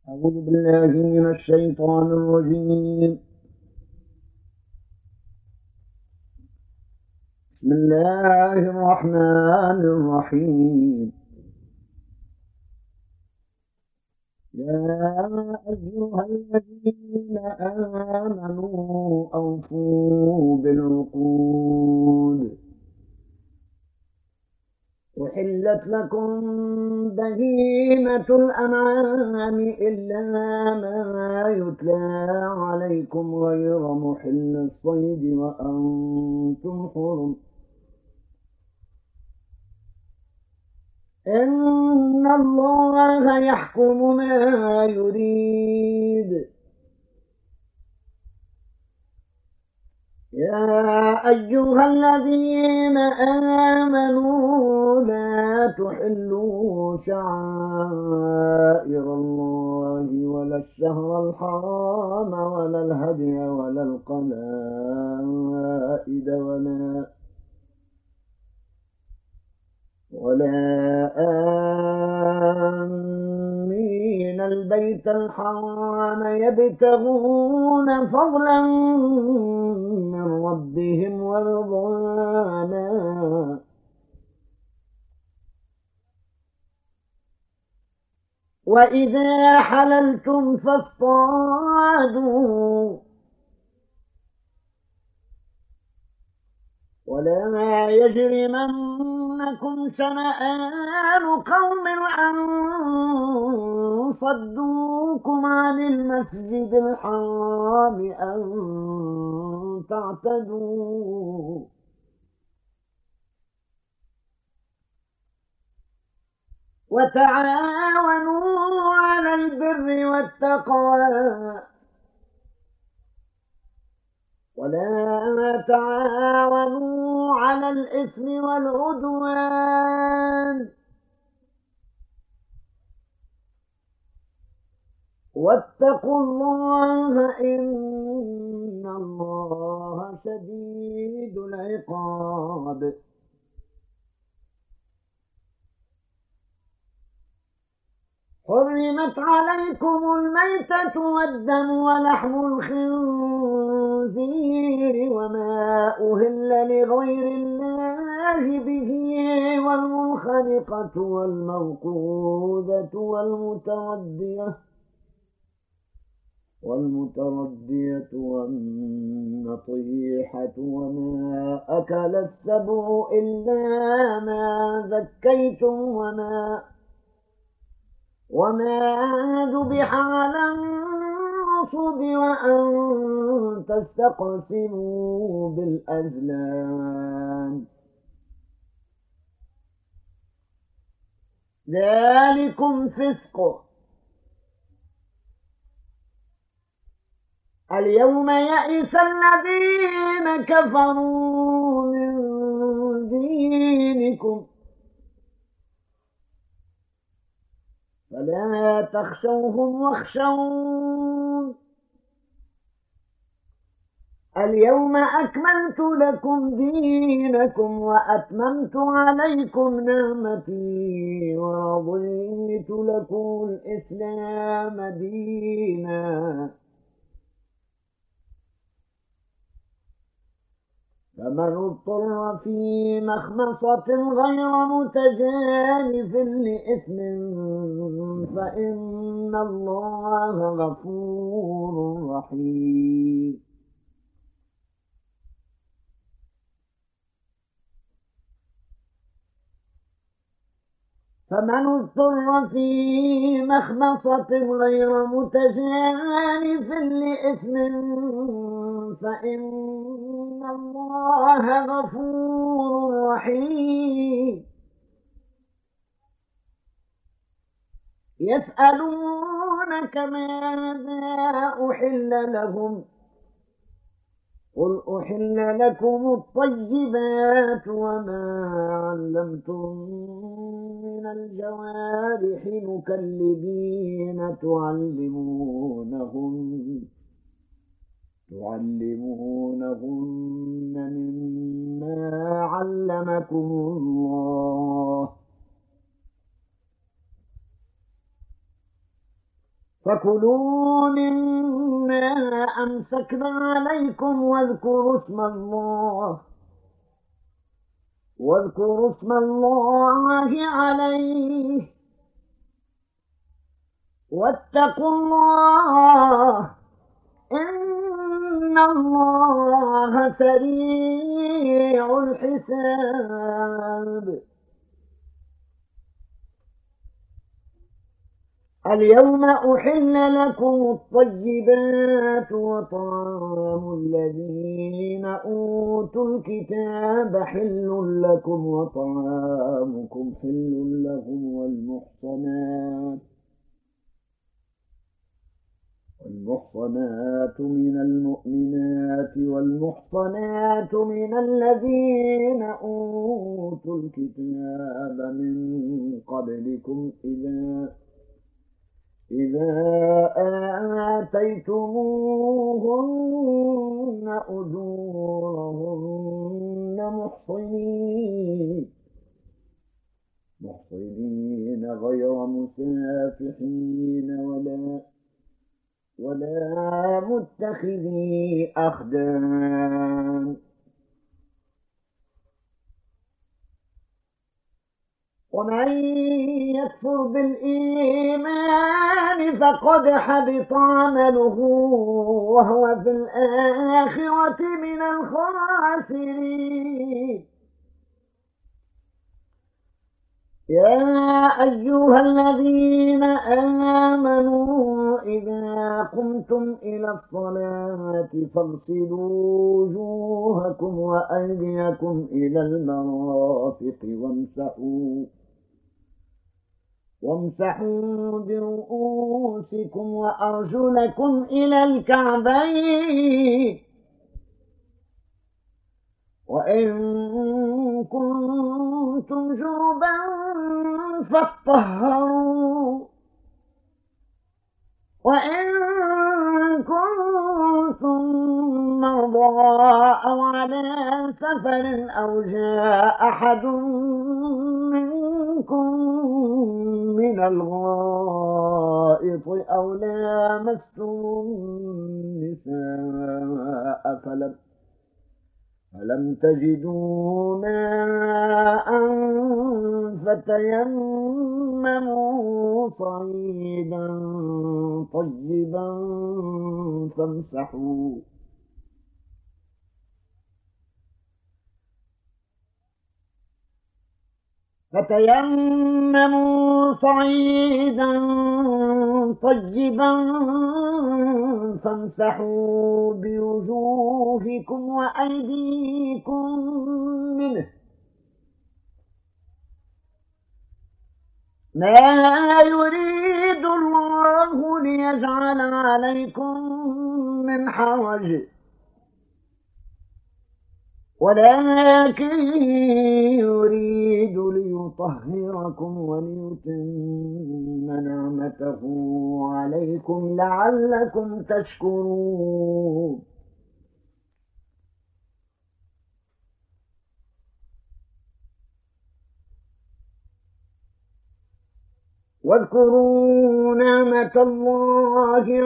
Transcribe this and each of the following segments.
أعوذ بالله من الشيطان الرجيم. بسم الله الرحمن الرحيم. يا أيها الذين آمنوا أوفوا بالعقود. أحلت لكم بهيمة الأنعام إلا ما يتلى عليكم غير محل الصيد وأنتم حرم. إن الله يحكم ما يريد. يا أيها الذين آمنوا لا تحلوا شعائر الله ولا الشهر الحرام ولا الهدي ولا القلائد ولا آمين البيت الحرام يبتغون فضلا من ربهم ورضوانا. وإذا حللتم فاصطادوا ولا يجرمنكم شنآن قوم أن صدوكم عن المسجد الحرام أن تعتدوا. وتعاونوا على البر والتقوى ولا تعاونوا على الإثم والعدوان. واتقوا الله إن الله شديد العقاب. حرمت عليكم الميتة والدم ولحم الخنزير وما أهل لغير الله به والمنخنقة والموقوذة والمتردية والنطيحة وما أكل السبع إلا ما ذكيتم وما ذبح على النصب وأن تستقسموا بالأزلام. ذلكم فسق. اليوم يئس الذين كفروا من دينكم فلا تخشوهم واخشون. اليوم أكملت لكم دينكم وأتممت عليكم نعمتي ورضيت لكم الإسلام دينا. فمن اضطر في مخمصة غير متجانف لإثم فإن الله غفور رحيم. فمن اضطر في مخمصة غير متجانف لإثم فإن الله غفور رحيم. يسألونك ماذا أحل لهم قل أحل لكم الطيبات وما علمتم من الجوارح مكلبين تعلمونهن مما علمكم الله فكلوا مما أمسكنا عليكم واذكروا اسم الله عليه واتقوا الله إن الله سريع الحساب. اليوم أحل لكم الطيبات وطعام الذين أوتوا الكتاب حل لكم وطعامكم حل لهم والمحصنات من المؤمنات والمحصنات من الذين أوتوا الكتاب من قبلكم إذا آتيتموهن أجورهن محصنين غير مسافحين ولا متخذي أخدان. ومن يكفر بالإيمان فقد حبط عمله وهو في الآخرة من الخاسرين. يا أيها الذين آمنوا إذا قمتم إلى الصلاة فاغسلوا وجوهكم وأيديكم إلى المرافق وامسحوا برؤوسكم وأرجلكم إلى الكعبين وإن كنتم جنبا فاطهروا وإن كنتم مرضى أو على سفر أو جاء أحد منكم من الغائط أو لامستم النساء فلم تجدوا ماء فتيمموا صعيدا طيبا فامسحوا بوجوهكم وأيديكم منه ما يريد الله ليجعل عليكم من حرج ولكن يريد ليطهركم وليتم نعمته عليكم لعلكم تشكرون. واذكروا نعمة الله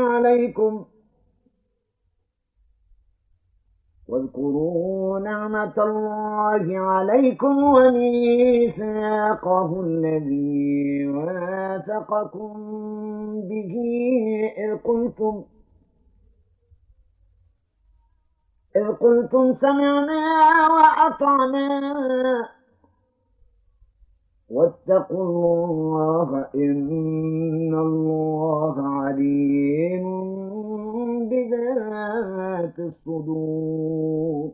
عليكم وميثاقه الذي واثقكم به إذ قلتم سمعنا وأطعنا واتقوا الله إن الله عليم بذات الصدور.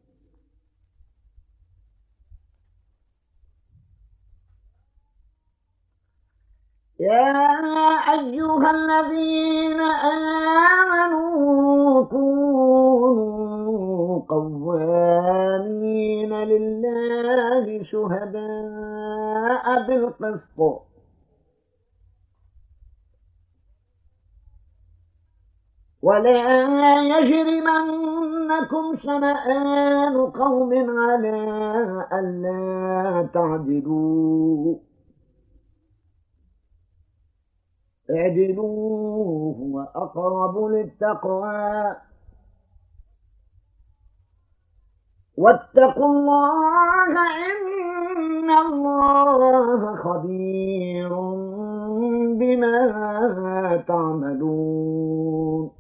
يا أيها الذين آمنوا كونوا قوامين لله شهداء بالقسط ولا يجرمنكم شنآن قوم على ألا تعدلوا اعدلوا هو أقرب للتقوى واتقوا الله إن الله خبير بما تعملون.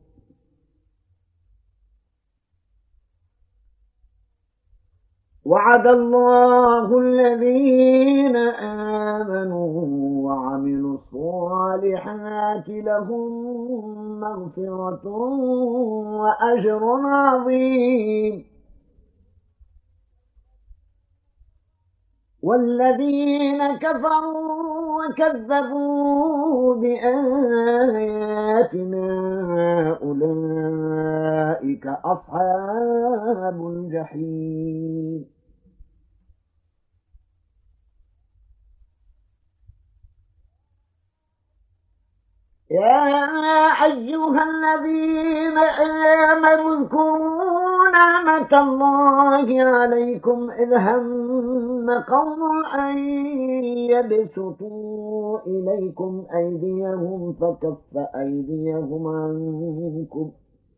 وعد الله الذين آمنوا وعملوا الصالحات لهم مغفرة وأجر عظيم. والذين كفروا وكذبوا بآياتنا أولئك أصحاب الجحيم. يا أيها الذين آمنوا اذكروا نعمة الله عليكم إذ هم قوم أن يبسطوا إليكم أيديهم فكف أيديهم عنكم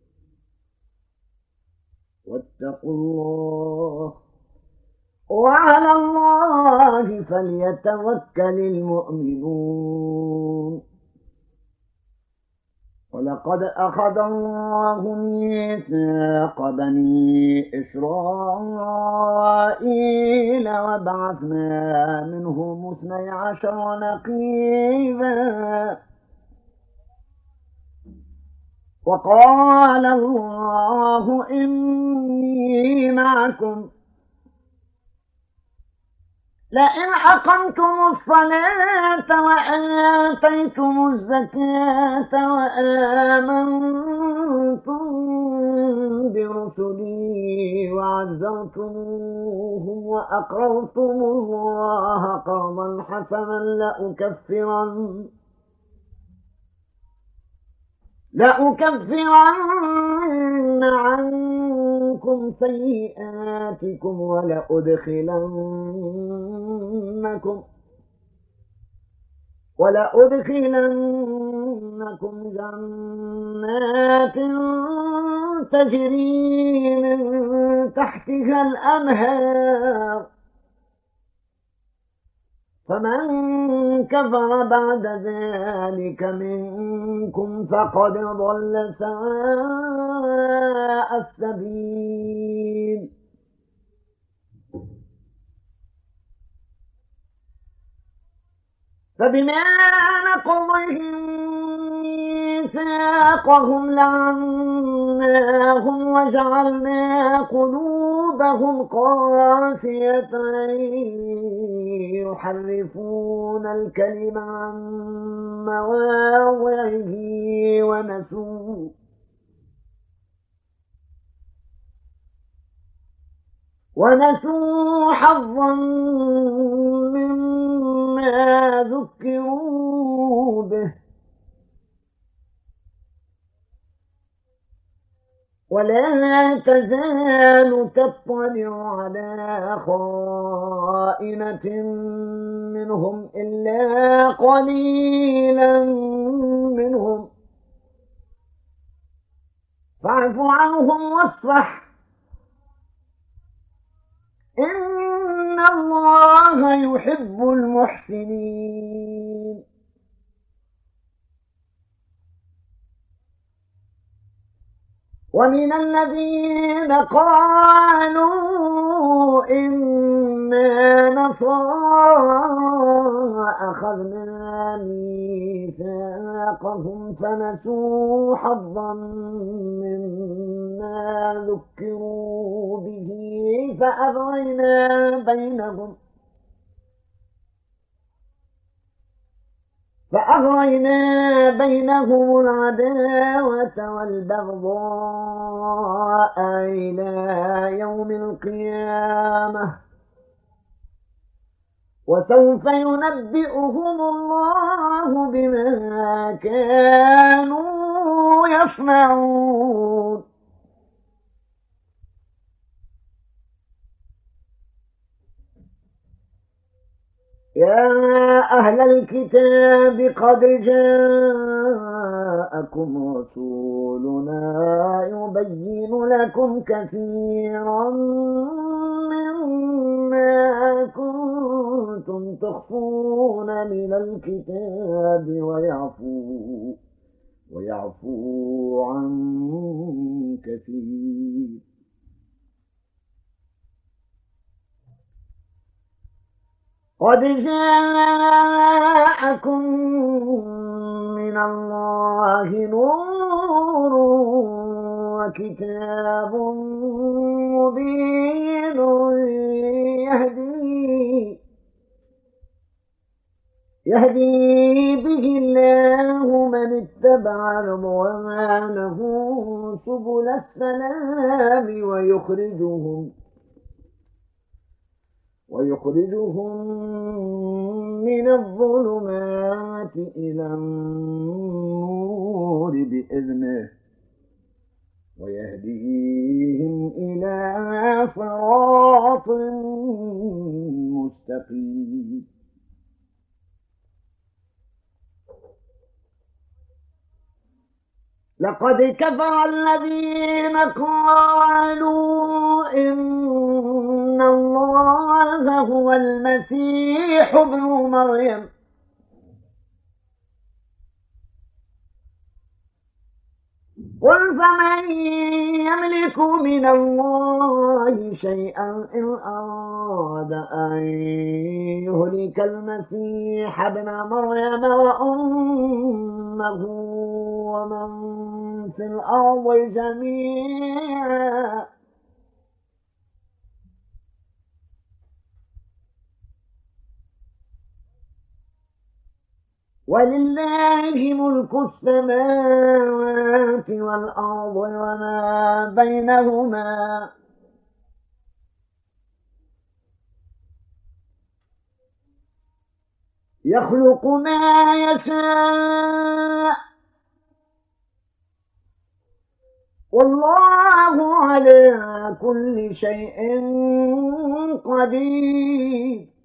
واتقوا الله وعلى الله فليتوكل المؤمنون. ولقد أخذ الله ميثاق بني إسرائيل وبعثنا منهم 12 نقيبا وقال الله إني معكم لئن أقمتم الصلاة وآتيتم الزكاة وآمنتم برسلي وعزرتموهم وأقرضتم الله قرضا حسنا لأكفرن عنكم سيئاتكم ولأدخلنكم جنات تجري من تحتها الأنهار فمن كفر بعد ذلك منكم فقد ضل سواء السبيل. فبما نقضهم ميثاقهم لعناهم وجعلنا قلوبهم قاسية يحرفون الكلم عن مواضعه ونسوا حظا مما ذكروا به ولا تزال تطلع على خائنة منهم إلا قليلا منهم فاعف عنهم واصفح إن الله يحب المحسنين. ومن الذين قالوا إنا نصارى أخذنا ميثاقهم فنسوا حظا مما ذكروا به فأغرينا بينهم العداوة والبغضاء إلى يوم القيامة وسوف ينبئهم الله بما كانوا يصنعون. يا أهل الكتاب قد جاءكم رسولنا يبين لكم كثيرا مما كنتم تخفون من الكتاب ويعفو عن كثير. قد جاءكم من الله نور وكتاب مبين يهدي به الله من اتبع رضوانه سبل السلام ويخرجهم من الظلمات إلى النور بإذنه ويهديهم إلى صراط مستقيم. لقد كفر الذين قالوا إن الله هو المسيح ابن مريم قل فمن يملك من الله شيئا إن أراد أن يهلك المسيح ابن مريم وأمه ومن في الأرض جميعا ولله ملك السماوات والأرض وما بينهما يخلق ما يشاء والله على كل شيء قدير.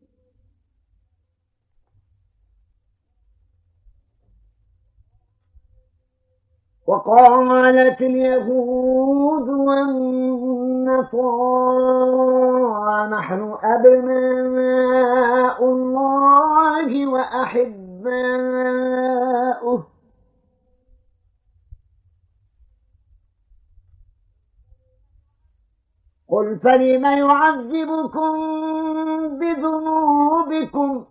وقالت اليهود والنصارى نحن أبناء الله وأحباؤه قل فلم يعذبكم بذنوبكم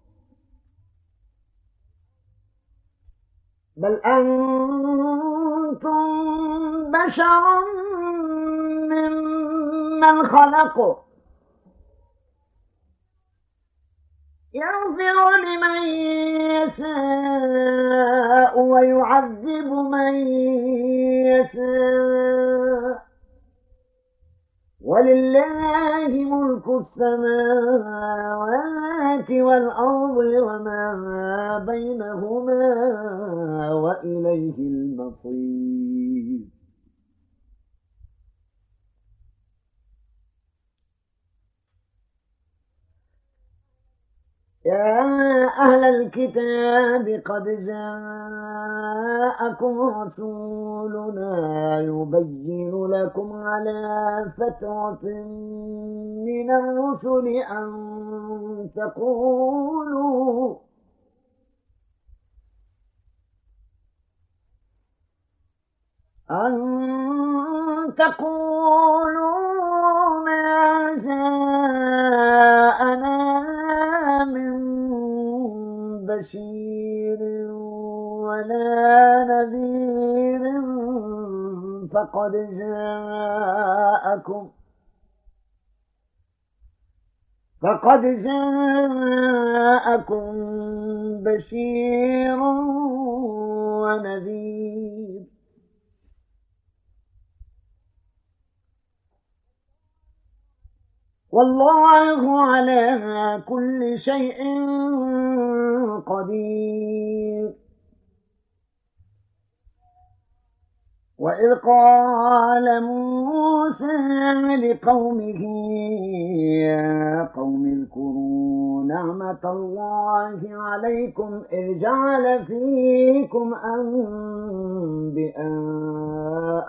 بل أنتم بشر ممن خلق يغفر لمن يشاء ويعذب من يشاء ولله ملك السماوات والأرض وما بينهما وإليه المصير. يا أهل الكتاب قد جاءكم رسولنا يبين لكم على فترة من الرسل أن تقولوا ما جاءنا من بشير ولا نذير فقد جاءكم بشير ونذير والله على كل شيء قدير. وإذ قال موسى لقومه يا قوم اذكروا نعمة الله عليكم إذ جعل فيكم أنبياء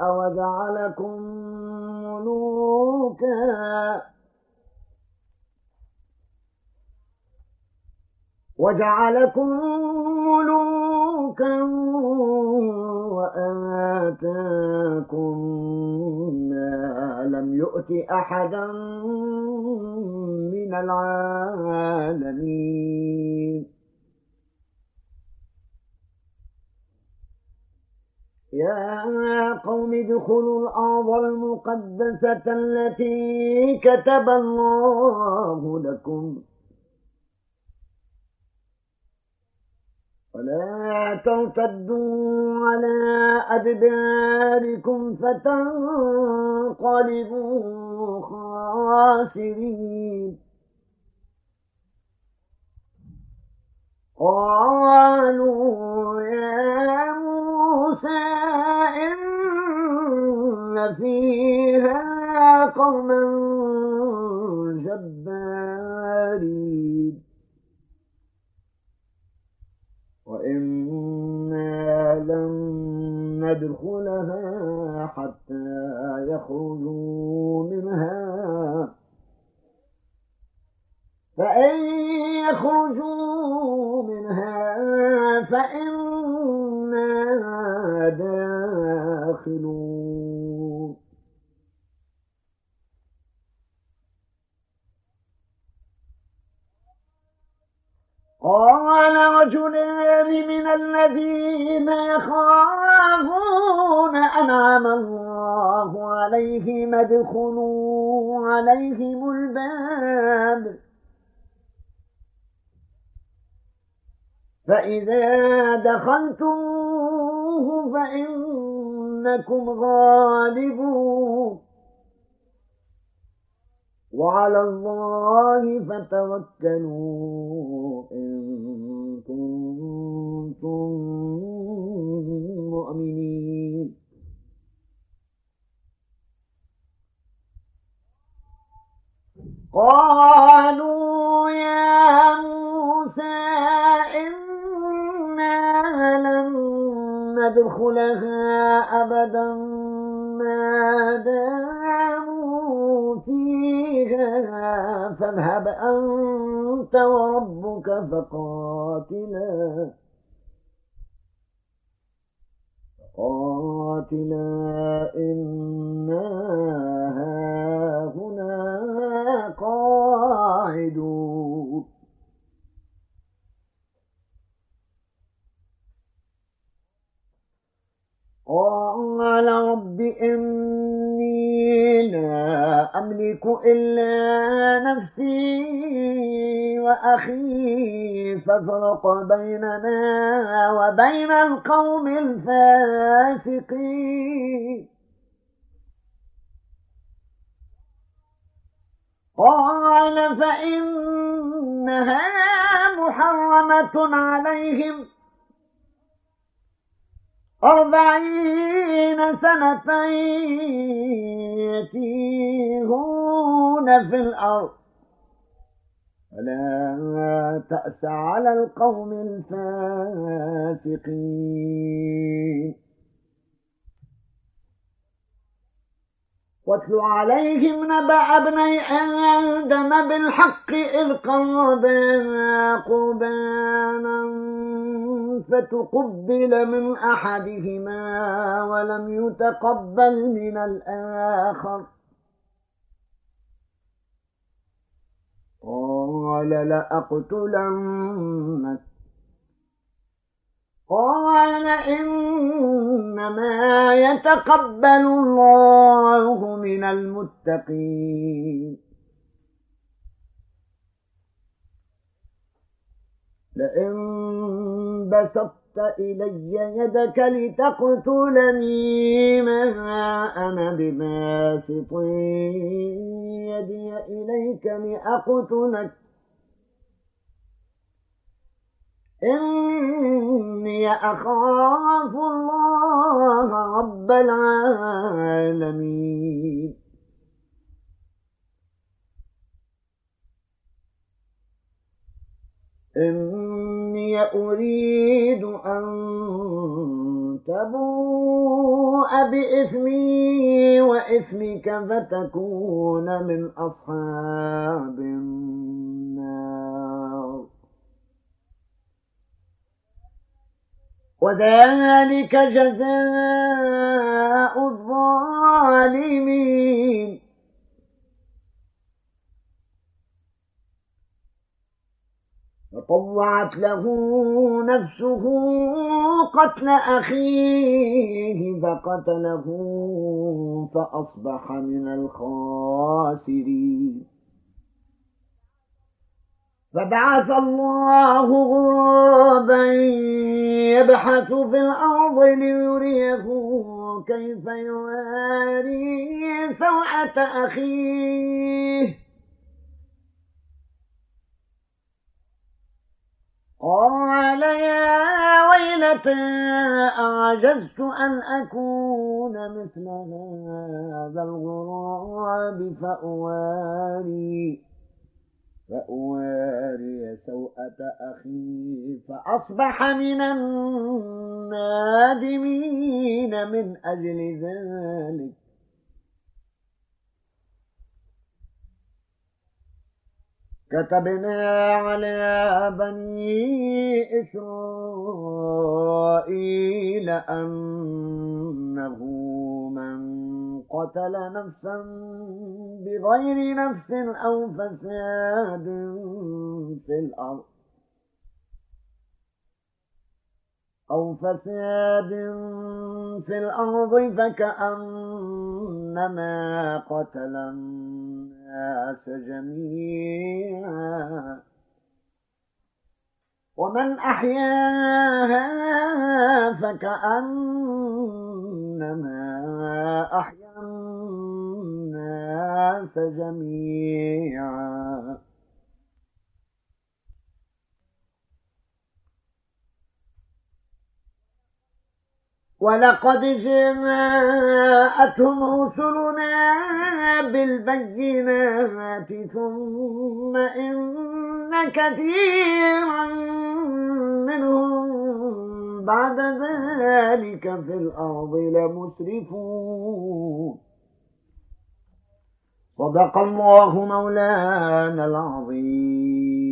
وجعلكم ملوكا وآتاكم ما لم يؤت أحدا من العالمين يا قوم ادخلوا الأرض المقدسة التي كتب الله لكم ولا ترتدوا على أدباركم فتنقلبوا خاسرين قالوا يا موسى إن فيها قوما جبارين وإنا لن ندخلها حتى يخرجوا منها فإن يخرجوا منها فإنا داخلون قال رجلان من الذين يخافون أنعم الله عليهم ادخلوا عليهم الباب فإذا دخلتموه فإنكم غالبون وعلى الله فتوكلوا إن كنتم مؤمنين قالوا يا موسى إنا لن ندخلها أبدا ما داموا فيها فاذهب أنت وربك فقاتلا إنا هاهنا قاعدون قال رب إني لا أملك إلا نفسي وأخي فافرق بيننا وبين القوم الفاسقين قال فإنها محرمة عليهم 40 سنة يتيهون في الأرض فلا تأس على القوم الفاسقين واتل عليهم نبأ ابني آدم بالحق إذ قربا قربانا فتقبل من أحدهما ولم يتقبل من الآخر قال لأقتلنك قال إنما يتقبل الله من المتقين لئن بسطت إلي يدك لتقتلني ما أنا بباسط يدي إليك لأقتلك إني أخاف الله رب العالمين. إني أريد أن تبوء بإثمي وإثمك فتكون من أصحاب النار، وذلك جزاء الظالمين. فطوعت له نفسه قتل أخيه فقتله فأصبح من الخاسرين. فبعث الله غرابا يبحث في الأرض ليريه كيف يواري سوءة أخيه، قال يا ويلتى أعجزت أن أكون مثل هذا الغراب فأواري سوءة أخي فأصبح من النادمين. من أجل ذلك كتبنا على بني إسرائيل أنه من قتل نفسا بغير نفس أو فساد في الأرض فكأنما قتل الناس جميعا، ومن أحياها فكأنما أحيا الناس جميعا. ولقد جاءتهم رسلنا بالبينات ثم إن كثيرا منهم بعد ذلك في الأرض لمسرفون. صدق الله مولانا العظيم.